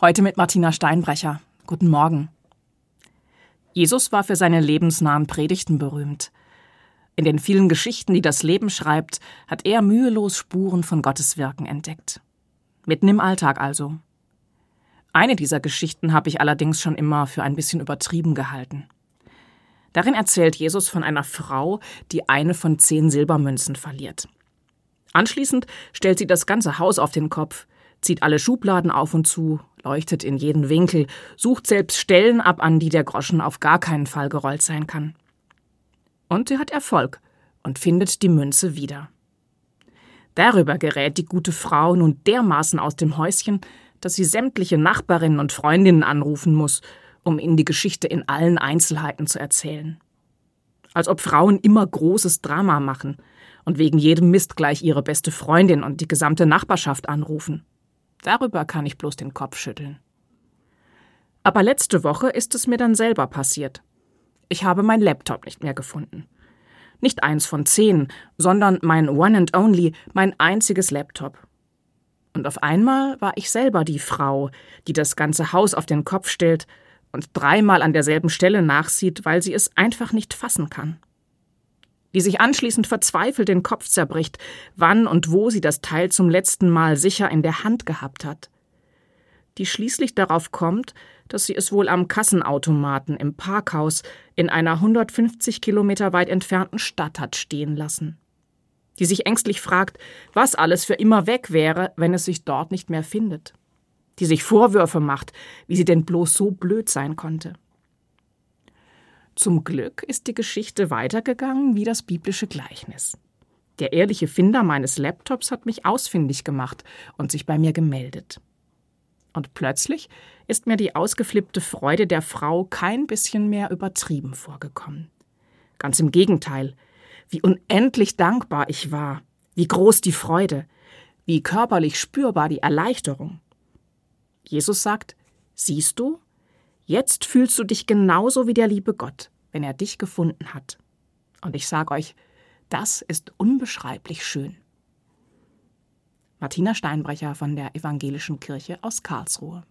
Heute mit Martina Steinbrecher. Guten Morgen. Jesus war für seine lebensnahen Predigten berühmt. In den vielen Geschichten, die das Leben schreibt, hat er mühelos Spuren von Gottes Wirken entdeckt. Mitten im Alltag also. Eine dieser Geschichten habe ich allerdings schon immer für ein bisschen übertrieben gehalten. Darin erzählt Jesus von einer Frau, die eine von 10 Silbermünzen verliert. Anschließend stellt sie das ganze Haus auf den Kopf, zieht alle Schubladen auf und zu, leuchtet in jeden Winkel, sucht selbst Stellen ab, an die der Groschen auf gar keinen Fall gerollt sein kann. Und sie hat Erfolg und findet die Münze wieder. Darüber gerät die gute Frau nun dermaßen aus dem Häuschen, dass sie sämtliche Nachbarinnen und Freundinnen anrufen muss, um ihnen die Geschichte in allen Einzelheiten zu erzählen. Als ob Frauen immer großes Drama machen und wegen jedem Mist gleich ihre beste Freundin und die gesamte Nachbarschaft anrufen. Darüber kann ich bloß den Kopf schütteln. Aber letzte Woche ist es mir dann selber passiert. Ich habe mein Laptop nicht mehr gefunden. Nicht eins von 10, sondern mein One and Only, mein einziges Laptop. Und auf einmal war ich selber die Frau, die das ganze Haus auf den Kopf stellt und 3-mal an derselben Stelle nachsieht, weil sie es einfach nicht fassen kann. Die sich anschließend verzweifelt den Kopf zerbricht, wann und wo sie das Teil zum letzten Mal sicher in der Hand gehabt hat. Die schließlich darauf kommt, dass sie es wohl am Kassenautomaten im Parkhaus in einer 150 Kilometer weit entfernten Stadt hat stehen lassen. Die sich ängstlich fragt, was alles für immer weg wäre, wenn es sich dort nicht mehr findet. Die sich Vorwürfe macht, wie sie denn bloß so blöd sein konnte. Zum Glück ist die Geschichte weitergegangen wie das biblische Gleichnis. Der ehrliche Finder meines Laptops hat mich ausfindig gemacht und sich bei mir gemeldet. Und plötzlich ist mir die ausgeflippte Freude der Frau kein bisschen mehr übertrieben vorgekommen. Ganz im Gegenteil, wie unendlich dankbar ich war, wie groß die Freude, wie körperlich spürbar die Erleichterung. Jesus sagt, siehst du? Jetzt fühlst du dich genauso wie der liebe Gott, wenn er dich gefunden hat. Und ich sage euch, das ist unbeschreiblich schön. Martina Steinbrecher von der Evangelischen Kirche aus Karlsruhe.